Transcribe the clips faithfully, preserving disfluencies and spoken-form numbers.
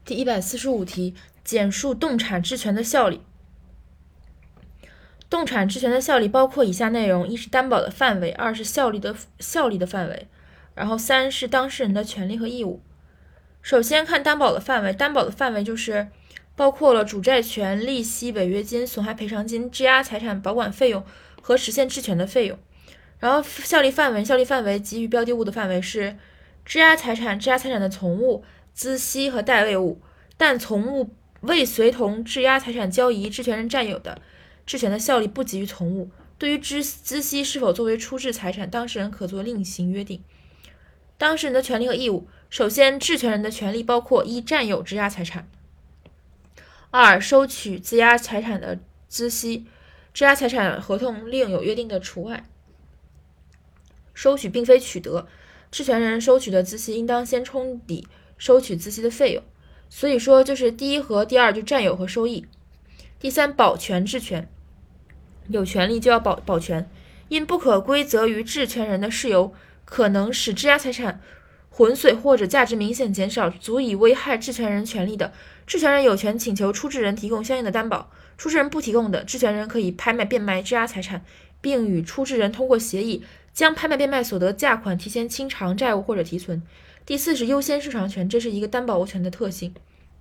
第一百四十五题，简述动产质权的效力。动产质权的效力包括以下内容：一是担保的范围，二是效力的效力的范围，然后三是当事人的权利和义务。首先看担保的范围，担保的范围就是包括了主债权、利息、违约金、损害赔偿金、质押财产保管费用和实现质权的费用。然后效力范围，效力范围给予标的物的范围是质押财产、质押财产的从物、孳息和代位物，但从物未随同质押财产交易质权人占有的，质权的效力不给予从物。对于孳孳息是否作为出质财产，当事人可作另行约定。当事人的权利和义务，首先，质权人的权利包括：一、占有质押财产；二、收取质押财产的孳息，质押财产合同另有约定的除外。收取并非取得，质权人收取的孳息应当先冲抵收取孳息的费用。所以说，就是第一和第二就占有和收益。第三，保全质权，有权利就要保保全，因不可归责于质权人的事由可能使质押财产浑碎或者价值明显减少，足以危害质权人权利的，质权人有权请求出质人提供相应的担保。出质人不提供的，质权人可以拍卖变卖质押财产，并与出质人通过协议将拍卖变卖所得价款提前清偿债务或者提存。第四是优先市场权，这是一个担保物权的特性。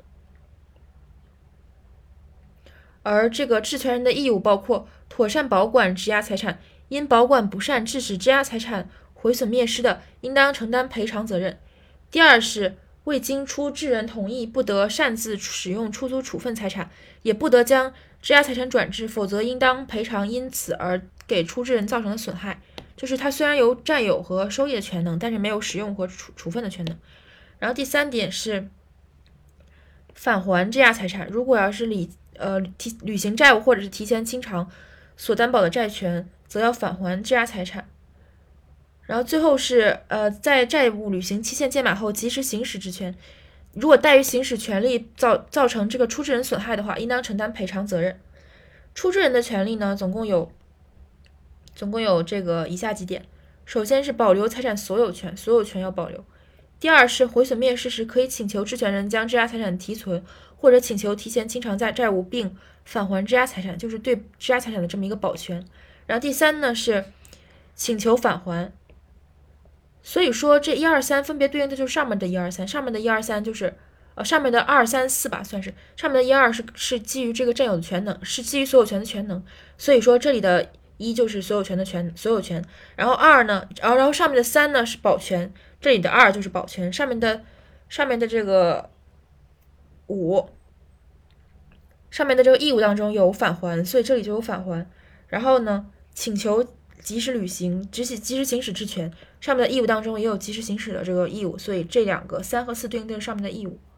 而这个质权人的义务包括妥善保管质押财产，因保管不善致使质押财产毁损灭失的，应当承担赔偿责任。第二是未经出质人同意，不得擅自使用出租处分财产，也不得将质押财产转质，否则应当赔偿因此而给出质人造成的损害。就是他虽然有占有和收益的权能，但是没有使用和处处分的权能。然后第三点是返还质押财产，如果要是履呃提履行债务或者是提前清偿所担保的债权，则要返还质押财产。然后最后是呃在债务履行期限届满后及时行使质权，如果怠于行使权利造造成这个出质人损害的话，应当承担赔偿责任。出质人的权利呢，总共有总共有这个以下几点：首先是保留财产所有权，所有权要保留；第二是毁损灭失时，可以请求质权人将质押财产提存，或者请求提前清偿债债务并返还质押财产，就是对质押财产的这么一个保全。然后第三呢是请求返还。所以说这一二三分别对应的就是上面的一二三，上面的一二三就是呃上面的二三四吧，算是上面的一二是是基于这个占有的权能，是基于所有权的权能。所以说这里的一就是所有权的权所有权，然后二呢，然后然后上面的三呢是保全，这里的二就是保全，上面的上面的这个五，上面的这个义务当中有返还，所以这里就有返还。然后呢，请求及时履行，及时及时行使质权，上面的义务当中也有及时行使的这个义务，所以这两个三和四对应的是上面的义务。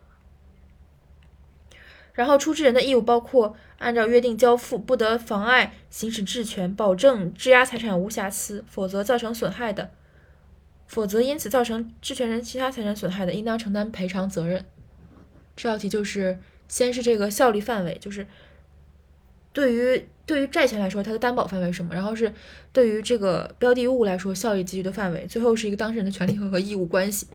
然后出质人的义务包括按照约定交付，不得妨碍行使质权，保证质押财产无瑕疵，否则造成损害的，否则因此造成质权人其他财产损害的，应当承担赔偿责任。这道题就是先是这个效力范围，就是对于对于债权来说它的担保范围是什么，然后是对于这个标的物来说效力给予的范围，最后是一个当事人的权利和义务关系。